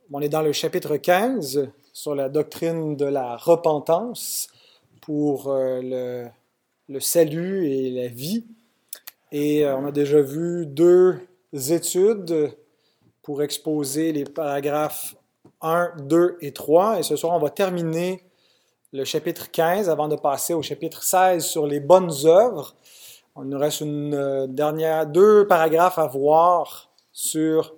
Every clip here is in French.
On est dans le chapitre 15 sur la doctrine de la repentance pour le salut et la vie. Et on a déjà vu deux études pour exposer les paragraphes 1, 2 et 3. Et ce soir, on va terminer le chapitre 15 avant de passer au chapitre 16 sur les bonnes œuvres. Il nous reste deux paragraphes à voir sur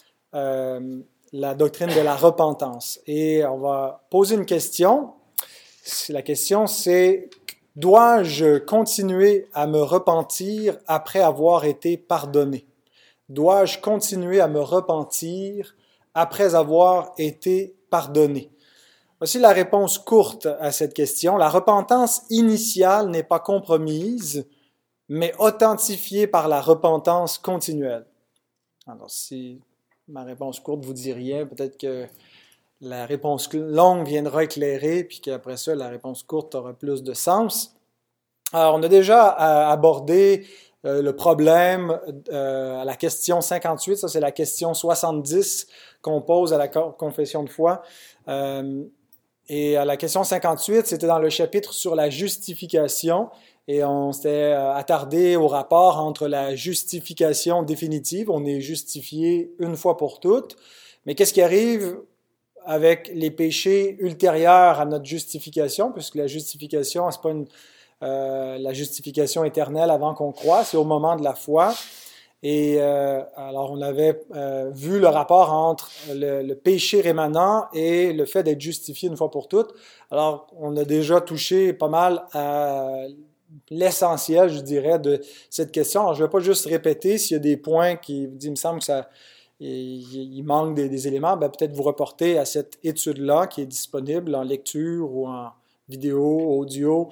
la doctrine de la repentance. Et on va poser une question. La question, c'est: dois-je continuer à me repentir après avoir été pardonné? Dois-je continuer à me repentir après avoir été pardonné? Voici la réponse courte à cette question. La repentance initiale n'est pas compromise, mais authentifiée par la repentance continuelle. Alors, si ma réponse courte vous dit rien, peut-être que la réponse longue viendra éclairer, puis qu'après ça, la réponse courte aura plus de sens. Alors, on a déjà abordé le problème à la question 58, ça c'est la question 70 qu'on pose à la confession de foi. Et à la question 58, c'était dans le chapitre sur la justification, et on s'était attardé au rapport entre la justification définitive, on est justifié une fois pour toutes, mais qu'est-ce qui arrive avec les péchés ultérieurs à notre justification, puisque la justification, c'est pas la justification éternelle avant qu'on croie, c'est au moment de la foi. Et alors, on avait vu le rapport entre le péché rémanent et le fait d'être justifié une fois pour toutes. Alors, on a déjà touché pas mal à l'essentiel, je dirais, de cette question. Alors, je ne vais pas juste répéter s'il y a des points qui, il me semble que il manque des éléments, ben, peut-être vous reporter à cette étude-là qui est disponible en lecture ou en vidéo, audio,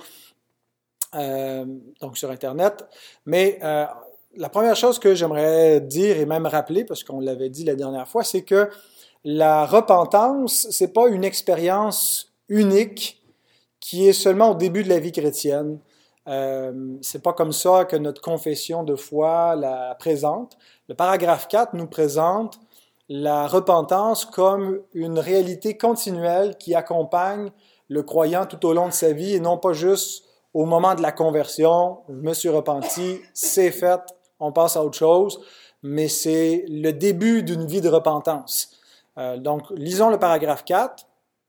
donc sur Internet. Mais la première chose que j'aimerais dire et même rappeler, parce qu'on l'avait dit la dernière fois, c'est que la repentance, c'est pas une expérience unique qui est seulement au début de la vie chrétienne. C'est pas comme ça que notre confession de foi la présente. Le paragraphe 4 nous présente la repentance comme une réalité continuelle qui accompagne le croyant tout au long de sa vie et non pas juste au moment de la conversion. Je me suis repenti, c'est fait, on passe à autre chose, mais c'est le début d'une vie de repentance. Donc, lisons le paragraphe 4.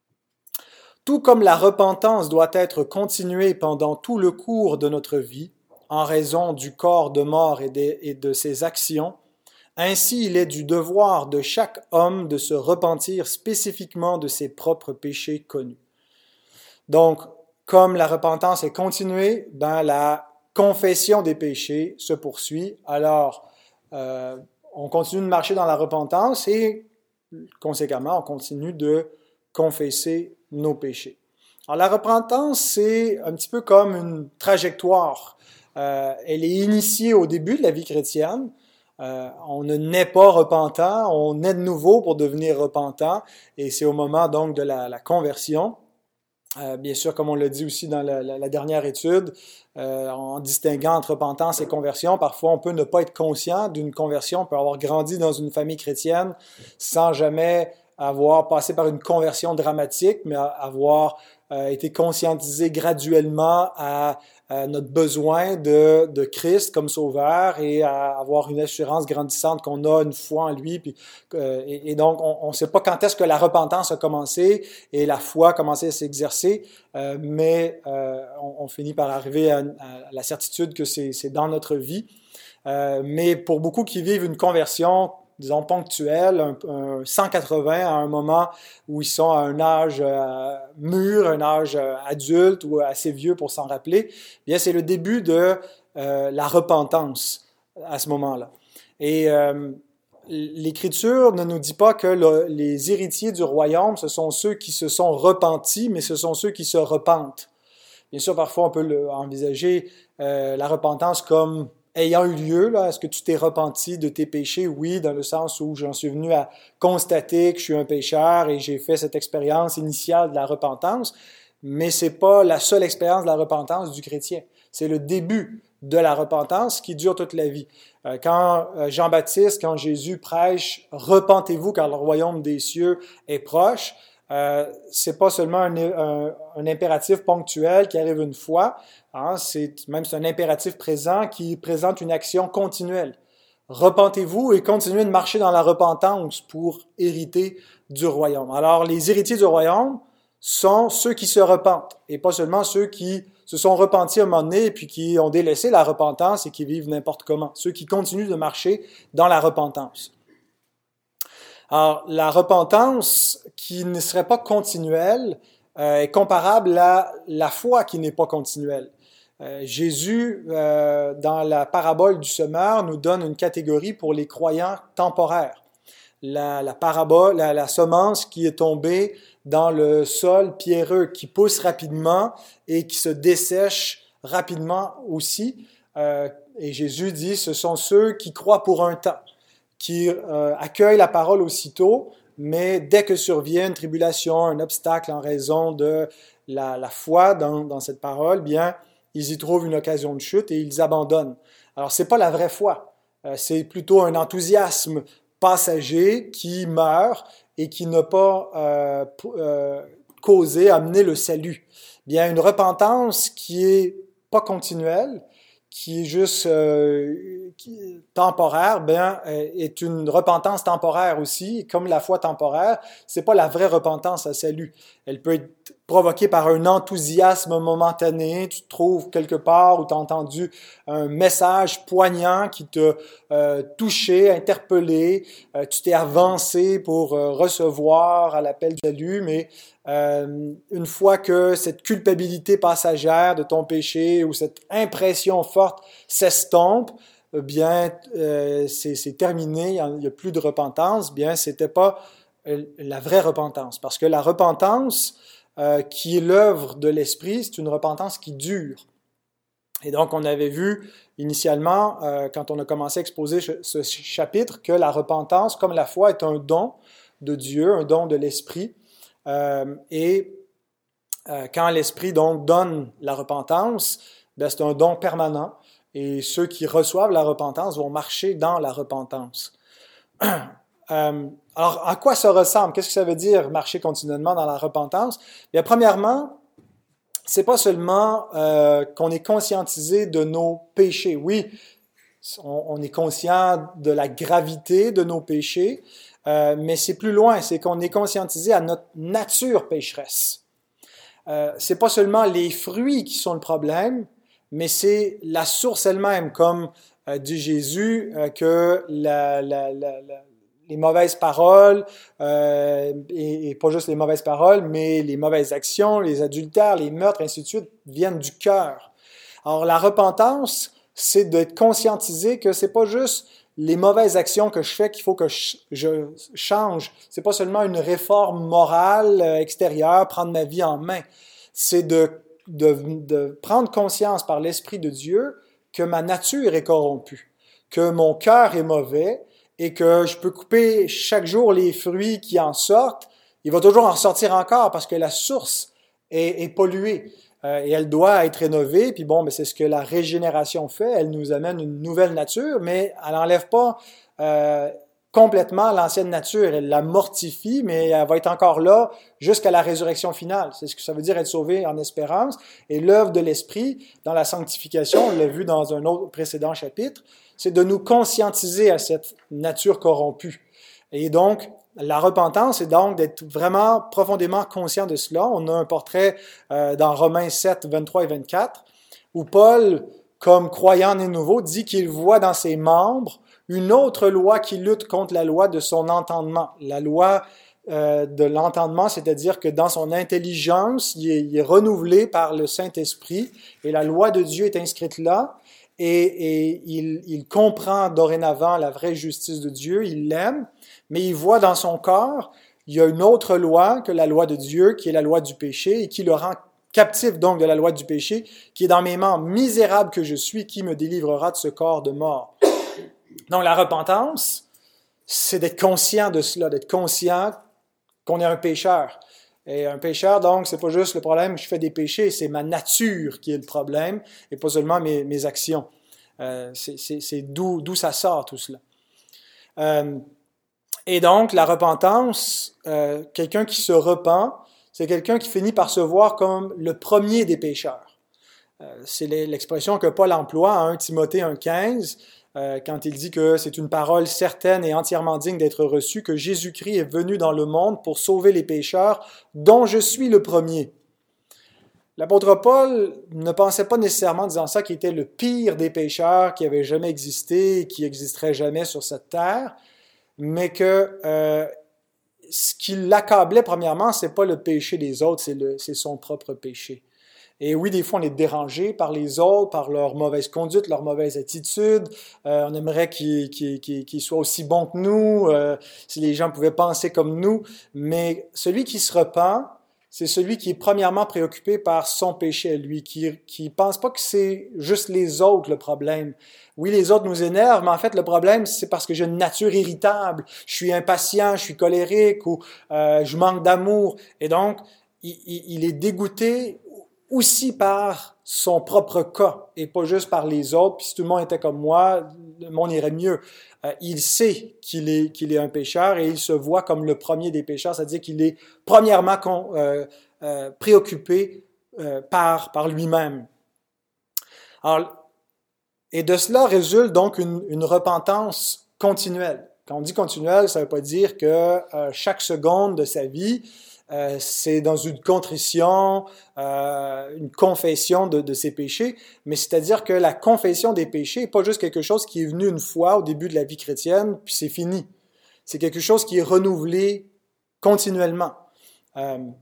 Tout comme la repentance doit être continuée pendant tout le cours de notre vie, en raison du corps de mort et de ses actions, ainsi il est du devoir de chaque homme de se repentir spécifiquement de ses propres péchés connus. Donc, comme la repentance est continuée, ben, la confession des péchés se poursuit. Alors, on continue de marcher dans la repentance et, conséquemment, on continue de confesser nos péchés. Alors, la repentance, c'est un petit peu comme une trajectoire. Elle est initiée au début de la vie chrétienne. On ne naît pas repentant, on naît de nouveau pour devenir repentant, et c'est au moment donc de la conversion. Bien sûr, comme on l'a dit aussi dans la dernière étude, en distinguant entre repentance et conversion, parfois on peut ne pas être conscient d'une conversion, on peut avoir grandi dans une famille chrétienne sans jamais avoir passé par une conversion dramatique, mais avoir été conscientisé graduellement à notre besoin de Christ comme sauveur et à avoir une assurance grandissante qu'on a une foi en lui. Puis, et donc, on ne sait pas quand est-ce que la repentance a commencé et la foi a commencé à s'exercer, mais on finit par arriver à la certitude que c'est dans notre vie. Mais pour beaucoup qui vivent une conversion, disons, ponctuelle, un 180 à un moment où ils sont à un âge mûr, un âge adulte ou assez vieux pour s'en rappeler, bien c'est le début de la repentance à ce moment-là. Et l'Écriture ne nous dit pas que les héritiers du royaume, ce sont ceux qui se sont repentis, mais ce sont ceux qui se repentent. Bien sûr, parfois on peut envisager la repentance comme ayant eu lieu, là, est-ce que tu t'es repenti de tes péchés? Oui, dans le sens où j'en suis venu à constater que je suis un pécheur et j'ai fait cette expérience initiale de la repentance, mais c'est pas la seule expérience de la repentance du chrétien. C'est le début de la repentance qui dure toute la vie. Quand Jean-Baptiste, quand Jésus prêche « Repentez-vous car le royaume des cieux est proche », c'est pas seulement un impératif ponctuel qui arrive une fois, hein, c'est un impératif présent qui présente une action continuelle. Repentez-vous et continuez de marcher dans la repentance pour hériter du royaume. Alors, les héritiers du royaume sont ceux qui se repentent et pas seulement ceux qui se sont repentis à un moment donné et puis qui ont délaissé la repentance et qui vivent n'importe comment. Ceux qui continuent de marcher dans la repentance. Alors, la repentance qui ne serait pas continuelle est comparable à la foi qui n'est pas continuelle. Jésus, dans la parabole du semeur, nous donne une catégorie pour les croyants temporaires. La semence qui est tombée dans le sol pierreux, qui pousse rapidement et qui se dessèche rapidement aussi. Et Jésus dit, ce sont ceux qui croient pour un temps, qui accueillent la parole aussitôt, mais dès que survient une tribulation, un obstacle en raison de la foi dans cette parole, bien, ils y trouvent une occasion de chute et ils abandonnent. Alors, c'est pas la vraie foi. C'est plutôt un enthousiasme passager qui meurt et qui n'a pas amené le salut. Bien, une repentance qui est pas continuelle, qui est juste temporaire, bien, est une repentance temporaire aussi, comme la foi temporaire. C'est pas la vraie repentance à salut. Elle peut être provoquée par un enthousiasme momentané. Tu te trouves quelque part où tu as entendu un message poignant qui t'a touché, interpellé. Tu t'es avancé pour recevoir à l'appel du salut, mais une fois que cette culpabilité passagère de ton péché ou cette impression forte s'estompe, bien, c'est terminé, il n'y a plus de repentance, bien, c'était pas la vraie repentance. Parce que la repentance qui est l'œuvre de l'Esprit, c'est une repentance qui dure. Et donc, on avait vu initialement, quand on a commencé à exposer ce chapitre, que la repentance, comme la foi, est un don de Dieu, un don de l'Esprit. Quand l'Esprit donc donne la repentance, ben, c'est un don permanent. Et ceux qui reçoivent la repentance vont marcher dans la repentance. Alors, à quoi ça ressemble? Qu'est-ce que ça veut dire marcher continuellement dans la repentance? Bien, premièrement, c'est pas seulement qu'on est conscientisé de nos péchés. Oui, on est conscient de la gravité de nos péchés, mais c'est plus loin, c'est qu'on est conscientisé à notre nature pécheresse. C'est pas seulement les fruits qui sont le problème, mais c'est la source elle-même, comme dit Jésus, que les mauvaises paroles, et pas juste les mauvaises paroles, mais les mauvaises actions, les adultères, les meurtres, ainsi de suite, viennent du cœur. Alors la repentance, c'est d'être conscientisé que c'est pas juste les mauvaises actions que je fais qu'il faut que je change. C'est pas seulement une réforme morale extérieure, prendre ma vie en main. C'est de prendre conscience par l'Esprit de Dieu que ma nature est corrompue, que mon cœur est mauvais et que je peux couper chaque jour les fruits qui en sortent. Il va toujours en sortir encore parce que la source est polluée. Et elle doit être rénovée, puis bon, mais c'est ce que la régénération fait, elle nous amène une nouvelle nature, mais elle n'enlève pas complètement l'ancienne nature, elle la mortifie, mais elle va être encore là jusqu'à la résurrection finale. C'est ce que ça veut dire être sauvé en espérance. Et l'œuvre de l'Esprit, dans la sanctification, on l'a vu dans un autre précédent chapitre, c'est de nous conscientiser à cette nature corrompue. Et donc, la repentance, c'est donc d'être vraiment profondément conscient de cela. On a un portrait dans Romains 7, 23 et 24, où Paul, comme croyant né nouveau, dit qu'il voit dans ses membres une autre loi qui lutte contre la loi de son entendement. La loi de l'entendement, c'est-à-dire que dans son intelligence, il est renouvelé par le Saint-Esprit, et la loi de Dieu est inscrite là, et il comprend dorénavant la vraie justice de Dieu, il l'aime, mais il voit dans son corps, il y a une autre loi que la loi de Dieu, qui est la loi du péché, et qui le rend captif donc de la loi du péché, qui est dans mes membres, misérable que je suis, qui me délivrera de ce corps de mort. Donc la repentance, c'est d'être conscient de cela, d'être conscient qu'on est un pécheur. Et un pécheur, donc, c'est pas juste le problème que je fais des péchés, c'est ma nature qui est le problème, et pas seulement mes actions. C'est d'où ça sort tout cela. Et donc, la repentance, quelqu'un qui se repent, c'est quelqu'un qui finit par se voir comme le premier des pécheurs. C'est l'expression que Paul emploie à 1 Timothée 1,15, quand il dit que c'est une parole certaine et entièrement digne d'être reçue, que Jésus-Christ est venu dans le monde pour sauver les pécheurs, dont je suis le premier. L'apôtre Paul ne pensait pas nécessairement en disant ça qu'il était le pire des pécheurs qui avait jamais existé et qui existerait jamais sur cette terre, mais que ce qui l'accablait premièrement, c'est pas le péché des autres, c'est son propre péché. Et oui, des fois, on est dérangé par les autres, par leur mauvaise conduite, leur mauvaise attitude. On aimerait qu'ils soient aussi bons que nous, si les gens pouvaient penser comme nous. Mais celui qui se repent, c'est celui qui est premièrement préoccupé par son péché à lui, qui pense pas que c'est juste les autres le problème. Oui, les autres nous énervent, mais en fait, le problème, c'est parce que j'ai une nature irritable, je suis impatient, je suis colérique, ou je manque d'amour. Et donc, il est dégoûté aussi par son propre cas, et pas juste par les autres. Puis si tout le monde était comme moi, le monde irait mieux. Il sait qu'il est un pécheur et il se voit comme le premier des pécheurs, c'est-à-dire qu'il est premièrement préoccupé par lui-même. Alors, et de cela résulte donc une repentance continuelle. Quand on dit continuelle, ça ne veut pas dire que chaque seconde de sa vie, c'est dans une contrition, une confession de ses péchés, mais c'est-à-dire que la confession des péchés n'est pas juste quelque chose qui est venu une fois au début de la vie chrétienne, puis c'est fini. C'est quelque chose qui est renouvelé continuellement. Bon,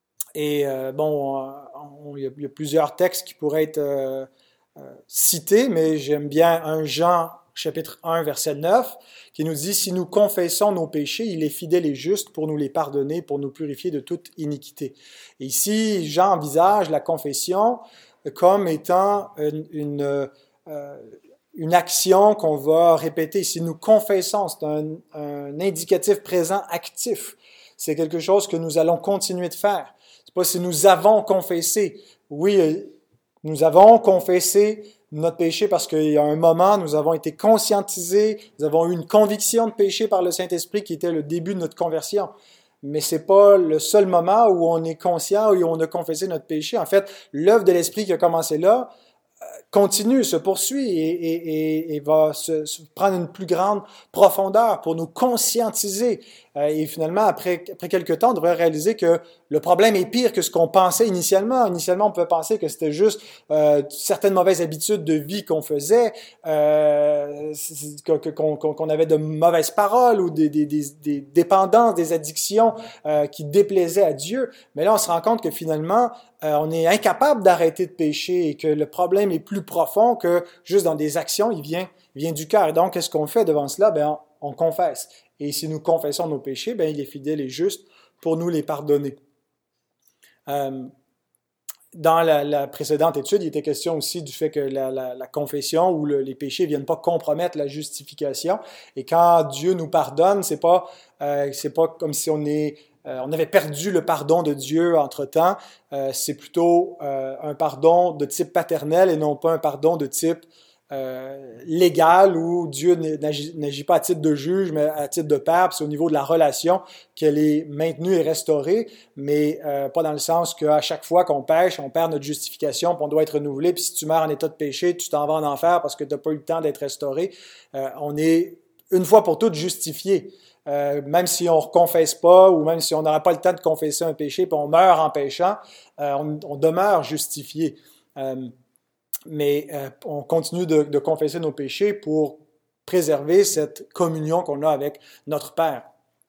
il y a plusieurs textes qui pourraient être cités, mais j'aime bien 1 Jean chapitre 1, verset 9, qui nous dit « Si nous confessons nos péchés, il est fidèle et juste pour nous les pardonner, pour nous purifier de toute iniquité. » Et ici, Jean envisage la confession comme étant une action qu'on va répéter. Si nous confessons, c'est un indicatif présent actif. C'est quelque chose que nous allons continuer de faire. C'est pas si nous avons confessé. Oui, nous avons confessé notre péché parce qu'il y a un moment, nous avons été conscientisés, nous avons eu une conviction de péché par le Saint-Esprit qui était le début de notre conversion. Mais c'est pas le seul moment où on est conscient, où on a confessé notre péché. En fait, l'œuvre de l'Esprit qui a commencé là continue, se poursuit et va se prendre une plus grande profondeur pour nous conscientiser. Et finalement, après quelques temps, on devrait réaliser que le problème est pire que ce qu'on pensait initialement. Initialement, on pouvait penser que c'était juste certaines mauvaises habitudes de vie qu'on faisait, qu'on avait de mauvaises paroles ou des dépendances, des addictions qui déplaisaient à Dieu. Mais là, on se rend compte que finalement, on est incapable d'arrêter de pécher et que le problème est plus profond que juste dans des actions, il vient du cœur. Et donc, qu'est-ce qu'on fait devant cela? Ben, on confesse. Et si nous confessons nos péchés, ben, il est fidèle et juste pour nous les pardonner. Dans la précédente étude, il était question aussi du fait que la confession ou les péchés ne viennent pas compromettre la justification. Et quand Dieu nous pardonne, c'est pas comme si on avait perdu le pardon de Dieu entre-temps. C'est plutôt un pardon de type paternel et non pas un pardon de type légal où Dieu n'agit pas à titre de juge, mais à titre de père. C'est au niveau de la relation qu'elle est maintenue et restaurée, mais pas dans le sens qu'à chaque fois qu'on pêche, on perd notre justification, puis on doit être renouvelé, puis si tu meurs en état de péché, tu t'en vas en enfer parce que tu n'as pas eu le temps d'être restauré. On est une fois pour toutes justifié. Même si on ne reconfesse pas ou même si on n'aura pas le temps de confesser un péché puis on meurt en péchant, on demeure justifié. Mais on continue de confesser nos péchés pour préserver cette communion qu'on a avec notre Père.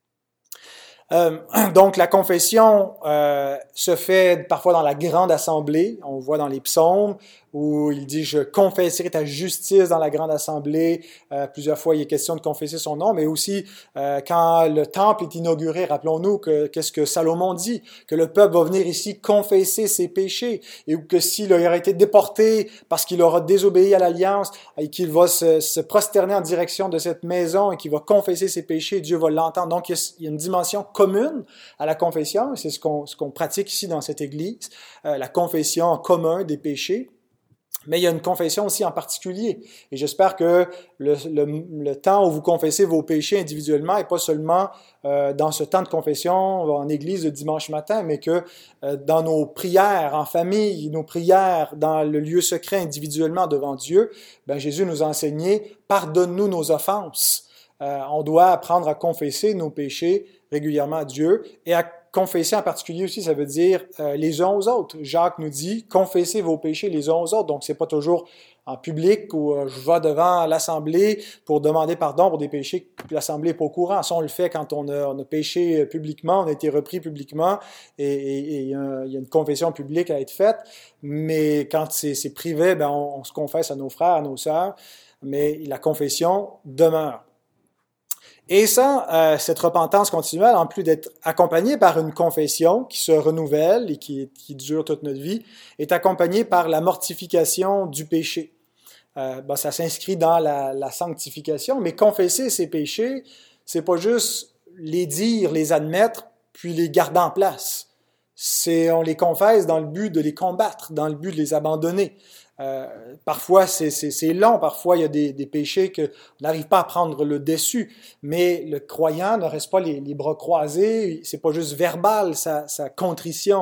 Donc la confession se fait parfois dans la grande assemblée. On voit dans les psaumes où il dit « Je confesserai ta justice dans la grande assemblée ». Plusieurs fois, il est question de confesser son nom, mais aussi quand le temple est inauguré, rappelons-nous qu'est-ce que Salomon dit, que le peuple va venir ici confesser ses péchés et que s'il aurait été déporté parce qu'il aura désobéi à l'alliance et qu'il va se prosterner en direction de cette maison et qu'il va confesser ses péchés, Dieu va l'entendre. Donc, il y a une dimension commune à la confession, c'est ce qu'on pratique ici dans cette Église, la confession en commun des péchés. Mais il y a une confession aussi en particulier. Et j'espère que le temps où vous confessez vos péchés individuellement et pas seulement dans ce temps de confession en église le dimanche matin, mais que dans nos prières en famille, nos prières dans le lieu secret individuellement devant Dieu, Jésus nous a enseigné « Pardonne-nous nos offenses ». On doit apprendre à confesser nos péchés régulièrement à Dieu et à confesser en particulier aussi, ça veut dire les uns aux autres. Jacques nous dit « Confessez vos péchés les uns aux autres ». Donc, c'est pas toujours en public où je vais devant l'Assemblée pour demander pardon pour des péchés que l'Assemblée n'est pas au courant. Ça, on le fait quand on a péché publiquement, on a été repris publiquement et il y a une confession publique à être faite. Mais quand c'est privé, on se confesse à nos frères, à nos sœurs, mais la confession demeure. Et ça, cette repentance continuelle, en plus d'être accompagnée par une confession qui se renouvelle et qui dure toute notre vie, est accompagnée par la mortification du péché. Ça s'inscrit dans la sanctification, mais confesser ses péchés, c'est pas juste les dire, les admettre, puis les garder en place. On les confesse dans le but de les combattre, dans le but de les abandonner. Parfois, c'est long, parfois il y a des péchés qu'on n'arrive pas à prendre le dessus, mais le croyant ne reste pas les bras croisés, c'est pas juste verbal, sa contrition,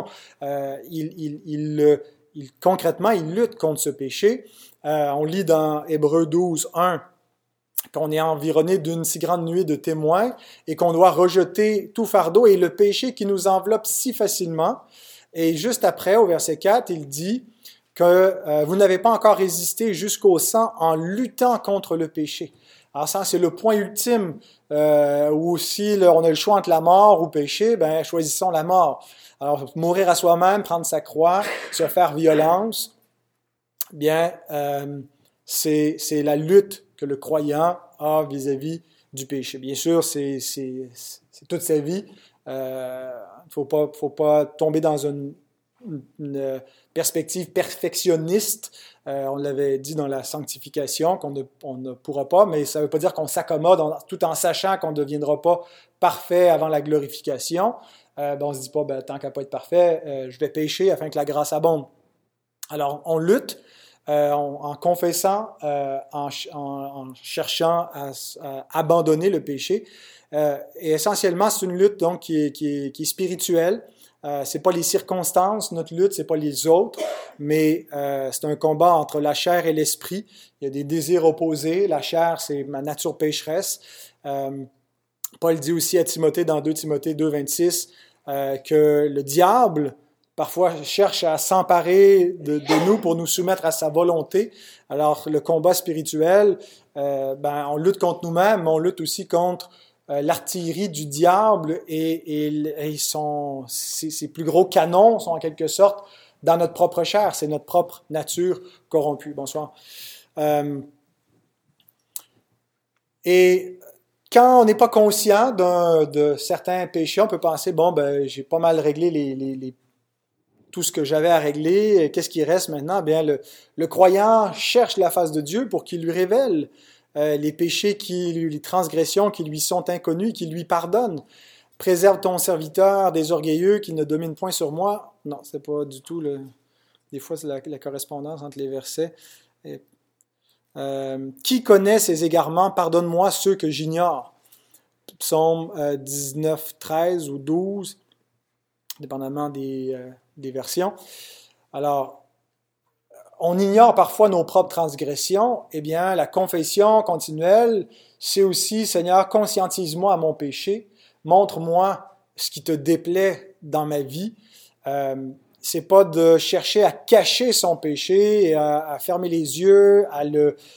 concrètement, il lutte contre ce péché. On lit dans Hébreux 12, 1, qu'on est environné d'une si grande nuée de témoins et qu'on doit rejeter tout fardeau et le péché qui nous enveloppe si facilement. Et juste après, au verset 4, il dit que vous n'avez pas encore résisté jusqu'au sang en luttant contre le péché. Alors ça, c'est le point ultime où si on a le choix entre la mort ou péché, choisissons la mort. Alors, mourir à soi-même, prendre sa croix, se faire violence, c'est la lutte que le croyant a vis-à-vis du péché. Bien sûr, c'est toute sa vie. Faut pas tomber dans une perspective perfectionniste. On l'avait dit dans la sanctification qu'on ne pourra pas, mais ça ne veut pas dire qu'on s'accommode tout en sachant qu'on ne deviendra pas parfait avant la glorification. On ne se dit pas, tant qu'à pas être parfait, je vais pécher afin que la grâce abonde. Alors, on lutte en confessant, en cherchant à abandonner le péché. Et essentiellement, c'est une lutte donc qui est spirituelle. C'est pas les circonstances, notre lutte, c'est pas les autres, mais c'est un combat entre la chair et l'esprit. Il y a des désirs opposés. La chair, c'est ma nature pécheresse. Paul dit aussi à Timothée dans 2 Timothée 2, 26 que le diable parfois cherche à s'emparer de nous pour nous soumettre à sa volonté. Alors le combat spirituel, on lutte contre nous-mêmes, mais on lutte aussi contre l'artillerie du diable et ses plus gros canons sont en quelque sorte dans notre propre chair, c'est notre propre nature corrompue. Bonsoir. Et quand on n'est pas conscient de certains péchés, on peut penser, j'ai pas mal réglé tout ce que j'avais à régler, qu'est-ce qui reste maintenant? Le croyant cherche la face de Dieu pour qu'il lui révèle les péchés, les transgressions qui lui sont inconnues, qu'il lui pardonne. Préserve ton serviteur des orgueilleux qui ne dominent point sur moi. Non, c'est pas du tout des fois, c'est la correspondance entre les versets. Qui connaît ces égarements? Pardonne-moi ceux que j'ignore. Psaume 19, 13 ou 12, dépendamment des versions. Alors, on ignore parfois nos propres transgressions. La confession continuelle, c'est aussi, Seigneur, conscientise-moi à mon péché, montre-moi ce qui te déplaît dans ma vie. C'est pas de chercher à cacher son péché, à fermer les yeux, à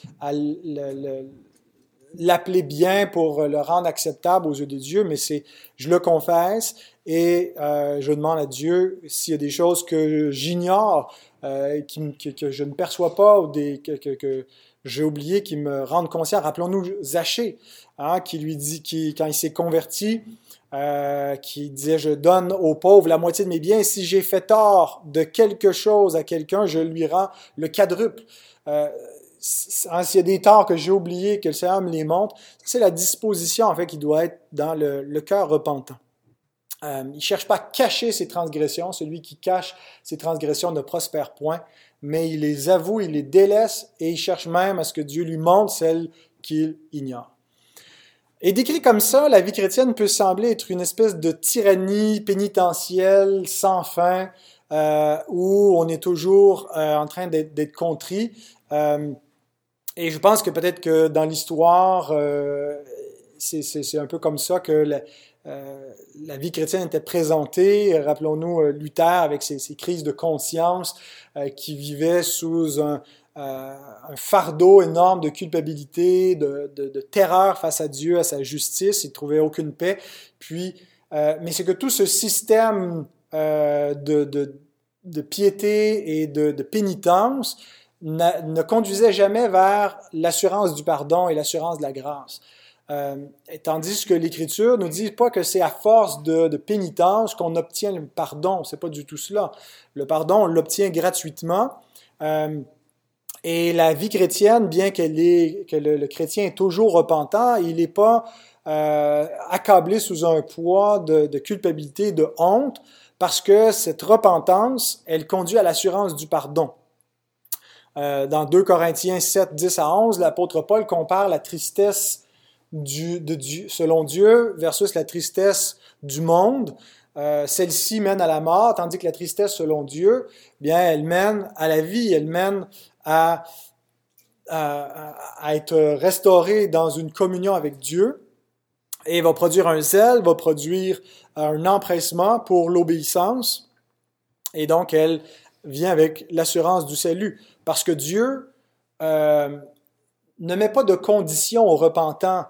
l'appeler bien pour le rendre acceptable aux yeux de Dieu, mais je le confesse et je demande à Dieu s'il y a des choses que j'ignore, que je ne perçois pas ou que j'ai oublié, qui me rendent conscient. Rappelons-nous Zachée, qui lui dit, quand il s'est converti, qui disait « Je donne aux pauvres la moitié de mes biens. Si j'ai fait tort de quelque chose à quelqu'un, je lui rends le quadruple. » S'il y a des torts que j'ai oubliés, que le Seigneur me les montre, c'est la disposition en fait qui doit être dans le cœur repentant. Il ne cherche pas à cacher ses transgressions. Celui qui cache ses transgressions ne prospère point, mais il les avoue, il les délaisse et il cherche même à ce que Dieu lui montre celles qu'il ignore. Et décrit comme ça, la vie chrétienne peut sembler être une espèce de tyrannie pénitentielle sans fin, où on est toujours en train d'être contrit. Et je pense que peut-être que dans l'histoire, c'est un peu comme ça que la vie chrétienne était présentée. Rappelons-nous Luther avec ses crises de conscience qui vivait sous un fardeau énorme de culpabilité, de terreur face à Dieu, à sa justice. Il ne trouvait aucune paix. Puis, mais c'est que tout ce système de piété et de pénitence ne conduisait jamais vers l'assurance du pardon et l'assurance de la grâce. Tandis que l'Écriture nous dit pas que c'est à force de pénitence qu'on obtient le pardon. C'est pas du tout cela. Le pardon, on l'obtient gratuitement. Et la vie chrétienne, bien que le chrétien est toujours repentant, il n'est pas accablé sous un poids de culpabilité, de honte, parce que cette repentance, elle conduit à l'assurance du pardon. Dans 2 Corinthiens 7, 10 à 11, l'apôtre Paul compare la tristesse selon Dieu versus la tristesse du monde. Celle-ci mène à la mort, tandis que la tristesse selon Dieu, bien, elle mène à la vie, elle mène à être restaurée dans une communion avec Dieu et va produire un zèle, va produire un empressement pour l'obéissance et donc elle vient avec l'assurance du salut parce que Dieu ne met pas de conditions aux repentants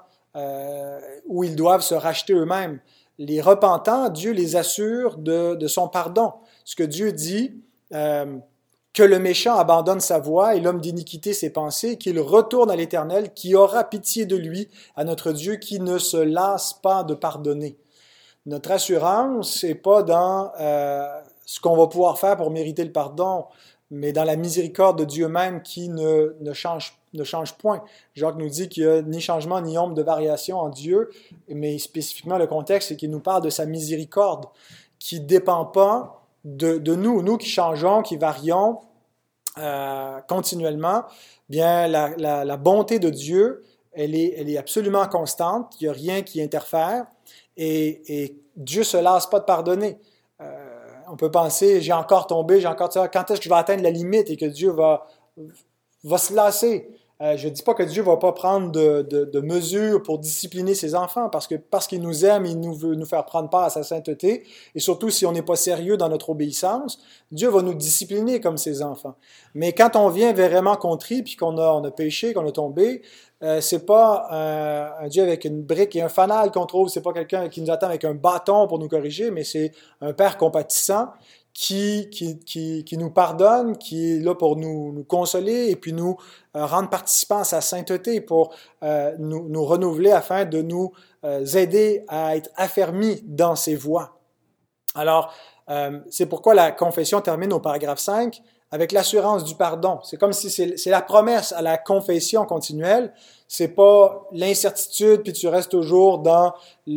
où ils doivent se racheter eux-mêmes. Les repentants, Dieu les assure de son pardon. Ce que Dieu dit, que le méchant abandonne sa voie et l'homme d'iniquité ses pensées, qu'il retourne à l'Éternel, qui aura pitié de lui, à notre Dieu qui ne se lasse pas de pardonner. Notre assurance, n'est pas dans ce qu'on va pouvoir faire pour mériter le pardon, mais dans la miséricorde de Dieu même qui ne change point. Jacques nous dit qu'il n'y a ni changement ni ombre de variation en Dieu, mais spécifiquement le contexte, c'est qu'il nous parle de sa miséricorde, qui ne dépend pas de nous qui changeons, qui varions continuellement. Bien, la bonté de Dieu, elle est absolument constante, il n'y a rien qui interfère, et Dieu ne se lasse pas de pardonner. On peut penser, j'ai encore tombé, quand est-ce que je vais atteindre la limite et que Dieu va se lasser? Je ne dis pas que Dieu ne va pas prendre de mesures pour discipliner ses enfants, parce qu'il nous aime, il nous veut nous faire prendre part à sa sainteté, et surtout si on n'est pas sérieux dans notre obéissance, Dieu va nous discipliner comme ses enfants. Mais quand on vient vraiment contrit, puis qu'on a péché, qu'on a tombé, c'est pas un Dieu avec une brique et un fanal qu'on trouve, c'est pas quelqu'un qui nous attend avec un bâton pour nous corriger, mais c'est un Père compatissant qui nous pardonne, qui est là pour nous consoler et puis nous rendre participants à sa sainteté, pour nous renouveler afin de nous aider à être affermis dans ses voies. Alors, c'est pourquoi la confession termine au paragraphe 5 avec l'assurance du pardon. C'est comme si c'est la promesse à la confession continuelle. C'est pas l'incertitude puis tu restes toujours dans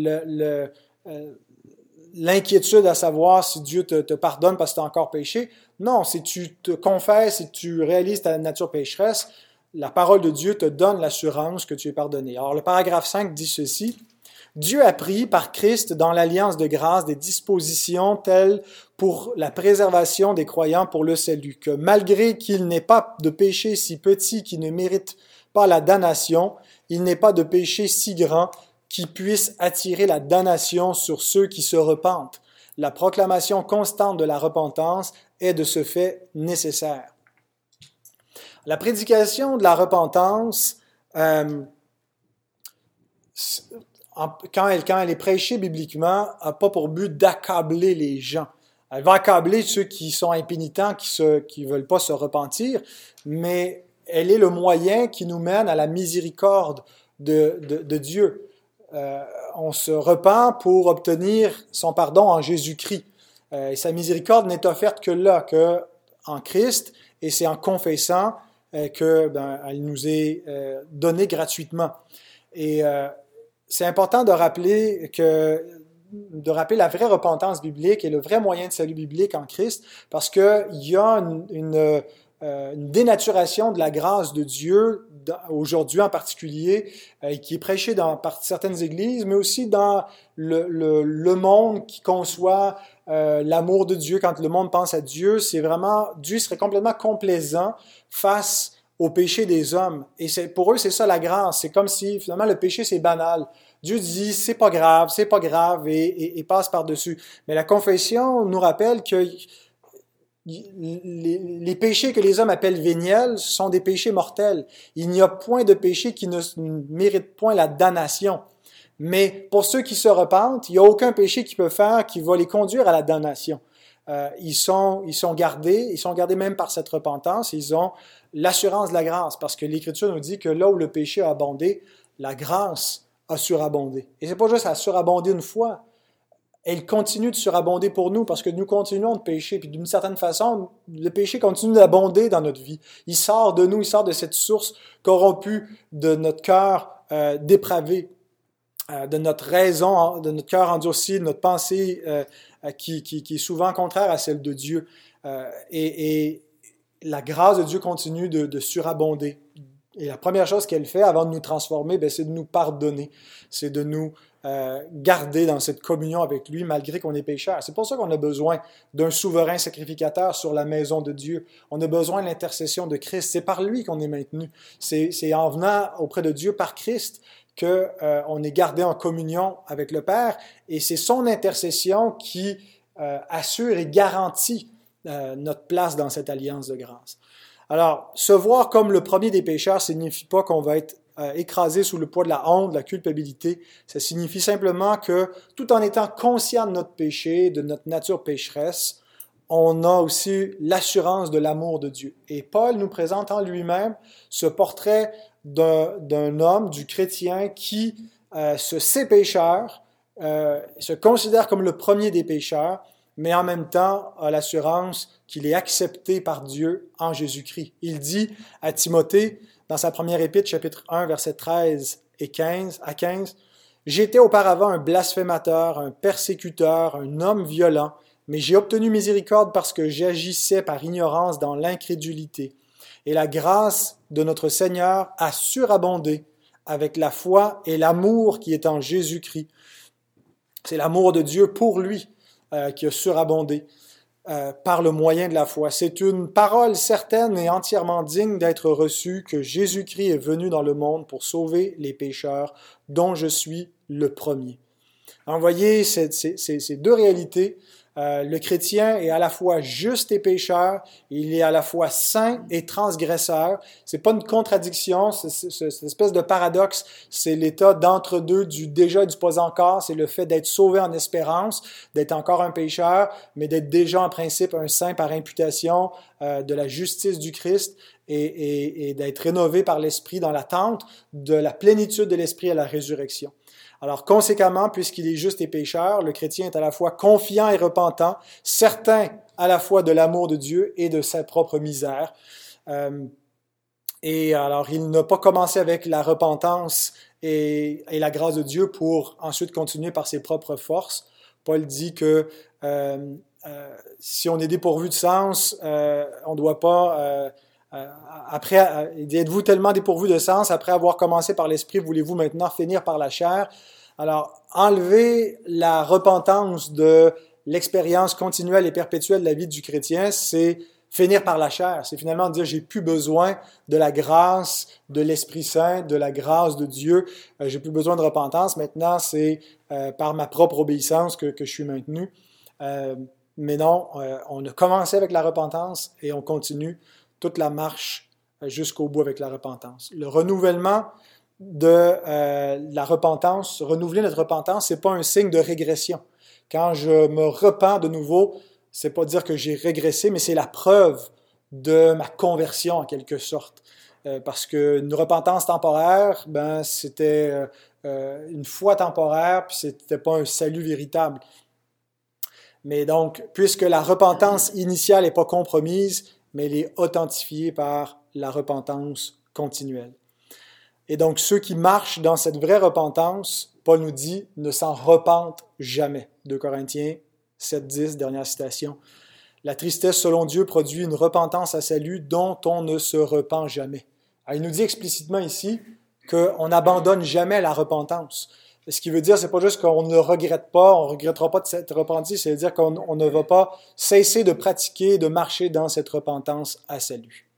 l'inquiétude à savoir si Dieu te pardonne parce que tu as encore péché. Non, si tu te confesses, si tu réalises ta nature pécheresse, la parole de Dieu te donne l'assurance que tu es pardonné. Alors, le paragraphe 5 dit ceci. Dieu a pris par Christ dans l'alliance de grâce des dispositions telles pour la préservation des croyants pour le salut, que malgré qu'il n'ait pas de péché si petit qui ne mérite pas la damnation, il n'est pas de péché si grand qui puisse attirer la damnation sur ceux qui se repentent. La proclamation constante de la repentance est de ce fait nécessaire. La prédication de la repentance, quand elle est prêchée bibliquement, n'a pas pour but d'accabler les gens. Elle va accabler ceux qui sont impénitents, qui veulent pas se repentir, mais elle est le moyen qui nous mène à la miséricorde de Dieu. On se repent pour obtenir son pardon en Jésus-Christ. Et sa miséricorde n'est offerte que là, que en Christ, et c'est en confessant elle nous est donnée gratuitement. Et c'est important de rappeler que de rappeler la vraie repentance biblique et le vrai moyen de salut biblique en Christ, parce qu'il y a une dénaturation de la grâce de Dieu aujourd'hui en particulier, qui est prêchée par certaines églises, mais aussi dans le monde qui conçoit l'amour de Dieu. Quand le monde pense à Dieu, c'est vraiment, Dieu serait complètement complaisant face au péché des hommes. Et pour eux, c'est ça la grâce. C'est comme si finalement le péché, c'est banal. Dieu dit, c'est pas grave, et passe par-dessus. Mais la confession nous rappelle que les péchés que les hommes appellent véniels sont des péchés mortels. Il n'y a point de péché qui ne mérite point la damnation. Mais pour ceux qui se repentent, il n'y a aucun péché qui peut faire qui va les conduire à la damnation. Ils sont gardés même par cette repentance, ils ont l'assurance de la grâce, parce que l'Écriture nous dit que là où le péché a abondé, la grâce a surabondé. Et c'est pas juste à surabonder une fois, elle continue de surabonder pour nous, parce que nous continuons de pécher, puis d'une certaine façon, le péché continue d'abonder dans notre vie. Il sort de nous, il sort de cette source corrompue de notre cœur dépravé, de notre raison, de notre cœur endurci, de notre pensée qui est souvent contraire à celle de Dieu. Et la grâce de Dieu continue de surabonder. Et la première chose qu'elle fait avant de nous transformer, c'est de nous pardonner. C'est de nous garder dans cette communion avec lui malgré qu'on est pécheur. C'est pour ça qu'on a besoin d'un souverain sacrificateur sur la maison de Dieu. On a besoin de l'intercession de Christ. C'est par lui qu'on est maintenu. C'est en venant auprès de Dieu par Christ qu'on est gardé en communion avec le Père. Et c'est son intercession qui assure et garantit notre place dans cette alliance de grâce. Alors, se voir comme le premier des pécheurs signifie pas qu'on va être écrasé sous le poids de la honte, de la culpabilité. Ça signifie simplement que, tout en étant conscient de notre péché, de notre nature pécheresse, on a aussi l'assurance de l'amour de Dieu. Et Paul nous présente en lui-même ce portrait d'un homme, du chrétien, qui se sait pécheur, se considère comme le premier des pécheurs, mais en même temps a l'assurance qu'il est accepté par Dieu en Jésus-Christ. Il dit à Timothée, dans sa première épître, chapitre 1, versets 13 à 15, « J'étais auparavant un blasphémateur, un persécuteur, un homme violent, mais j'ai obtenu miséricorde parce que j'agissais par ignorance dans l'incrédulité. Et la grâce de notre Seigneur a surabondé avec la foi et l'amour qui est en Jésus-Christ. » C'est l'amour de Dieu pour lui qui a surabondé par le moyen de la foi. C'est une parole certaine et entièrement digne d'être reçue que Jésus-Christ est venu dans le monde pour sauver les pécheurs, dont je suis le premier. Alors, vous voyez ces deux réalités. Le chrétien est à la fois juste et pécheur, il est à la fois saint et transgresseur. C'est pas une contradiction, cette espèce de paradoxe, c'est l'état d'entre-deux du déjà et du pas encore, c'est le fait d'être sauvé en espérance, d'être encore un pécheur, mais d'être déjà en principe un saint par imputation de la justice du Christ et d'être rénové par l'Esprit dans l'attente de la plénitude de l'Esprit à la résurrection. Alors, conséquemment, puisqu'il est juste et pécheur, le chrétien est à la fois confiant et repentant, certain à la fois de l'amour de Dieu et de sa propre misère. Et alors, il n'a pas commencé avec la repentance et la grâce de Dieu pour ensuite continuer par ses propres forces. Paul dit que si on est dépourvu de sens, on ne doit pas... êtes-vous tellement dépourvu de sens, après avoir commencé par l'esprit, voulez-vous maintenant finir par la chair? Alors, enlever la repentance de l'expérience continuelle et perpétuelle de la vie du chrétien, c'est finir par la chair. C'est finalement dire, j'ai plus besoin de la grâce de l'Esprit Saint, de la grâce de Dieu. J'ai plus besoin de repentance. Maintenant, c'est par ma propre obéissance que je suis maintenu. Mais non, on a commencé avec la repentance et on continue toute la marche jusqu'au bout avec la repentance. Le renouvellement de la repentance, renouveler notre repentance, c'est pas un signe de régression. Quand je me repens de nouveau, c'est pas dire que j'ai régressé, mais c'est la preuve de ma conversion en quelque sorte. Parce qu'une repentance temporaire, c'était une foi temporaire, puis c'était pas un salut véritable. Mais donc, puisque la repentance initiale n'est pas compromise, mais elle est authentifiée par la repentance continuelle. Et donc, ceux qui marchent dans cette vraie repentance Paul nous dit « ne s'en repentent jamais ». 2 Corinthiens 7,10, dernière citation. La tristesse, selon Dieu, produit une repentance à salut dont on ne se repent jamais. Alors, il nous dit explicitement ici qu'on n'abandonne jamais la repentance. Ce qui veut dire, c'est pas juste qu'on ne regrette pas, on ne regrettera pas de s'être repenti, c'est-à-dire qu'on ne va pas cesser de pratiquer, de marcher dans cette repentance à salut.